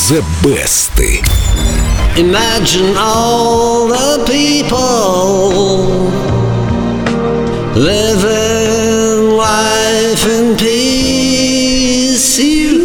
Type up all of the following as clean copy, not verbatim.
The Best. Imagine all the people living life in peace.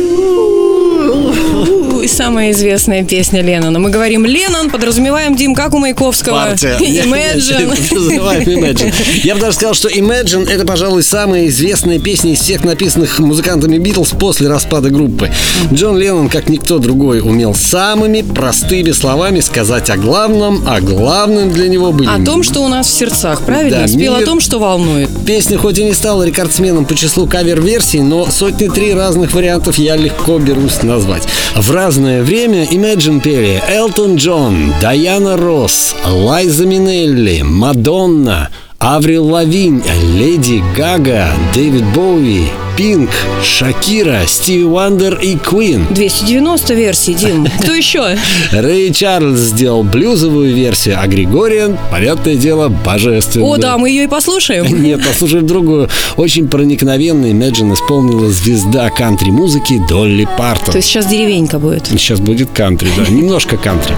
И самая известная песня Леннона. Мы говорим Леннон, подразумеваем, Дим, как у Маяковского. Партия. Imagine. Подразумеваем Imagine. Я бы даже сказал, что Imagine — это, пожалуй, самая известная песня из всех написанных музыкантами Битлз после распада группы. Джон Леннон, как никто другой, умел самыми простыми словами сказать о главном, а главным для него были... О том, что у нас в сердцах, правильно? Да, Спел мир. о том, что волнует. Песня хоть и не стала рекордсменом по числу кавер-версий, но 103 разных вариантов я легко берусь назвать. В разное время Imagine пели Элтон Джон, Дайана Росс, Лайза Минелли, Мадонна, Аврил Лавинь, Леди Гага, Дэвид Боуи, Пинк, Шакира, Стиви Уандер и Куин. 290 версий, Дим. Кто еще? Рэй Чарльз сделал блюзовую версию, а Григориан, понятное дело, божественную. О, да, мы ее и послушаем. Нет, послушаем другую. Очень проникновенно Imagine исполнила звезда кантри-музыки Долли Партон. То есть сейчас деревенька будет. Сейчас будет кантри, да, немножко кантри.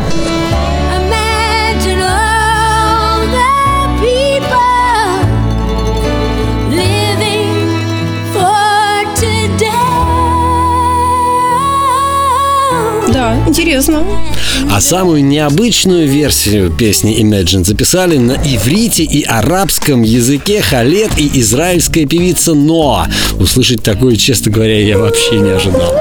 Да, интересно. А самую необычную версию песни Imagine записали на иврите и арабском языке Халед и израильская певица Ноа. Услышать такое, честно говоря, я вообще не ожидал.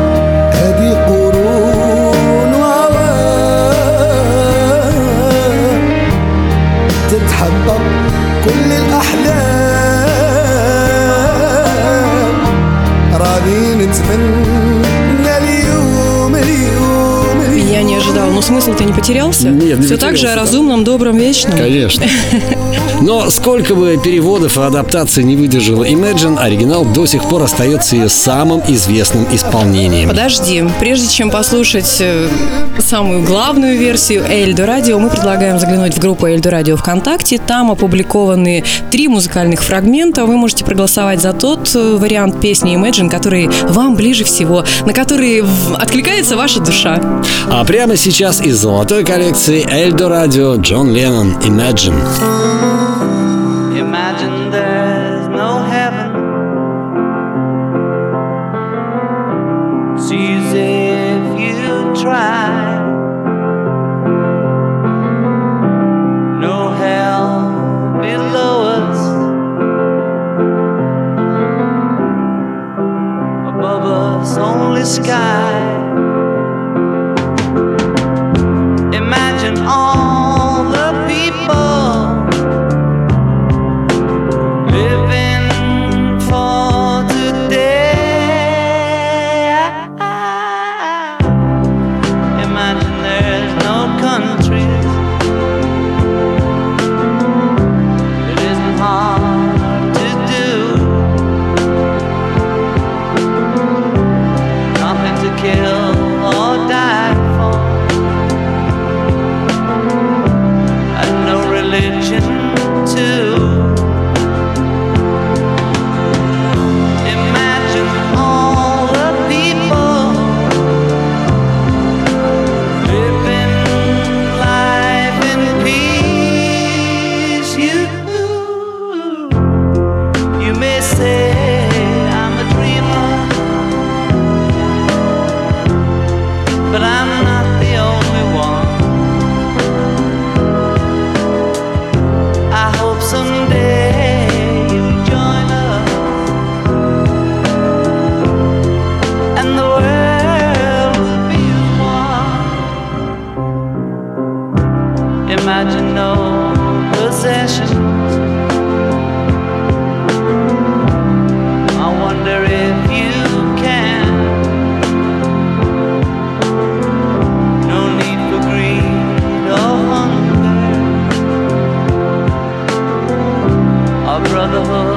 Я не ожидал. Но смысл-то не потерялся? Нет, не Все так же о потерялся. разумном, добром, вечном? Конечно. Но сколько бы переводов и адаптаций не выдержала Imagine, оригинал до сих пор остается ее самым известным исполнением. Подожди, прежде чем послушать самую главную версию Эльдо Радио, мы предлагаем заглянуть в группу Эльдо Радио ВКонтакте. Там опубликованы 3 музыкальных фрагмента. Вы можете проголосовать за тот вариант песни Imagine, который вам ближе всего, на который откликается ваша душа. А прямо сейчас из золотой коллекции Эльдо Радио Джон Леннон Imagine. Imagine there's no heaven. It's easy if you try. No hell below us. Above us only sky. Imagine all the people living for today. Imagine there's no countries. It isn't hard to do. Nothing to kill or die for. And no religion too. But I'm not the only one. I hope someday you'll join us, and the world will be as one. Imagine no possessions. I wonder if you can. Brotherhood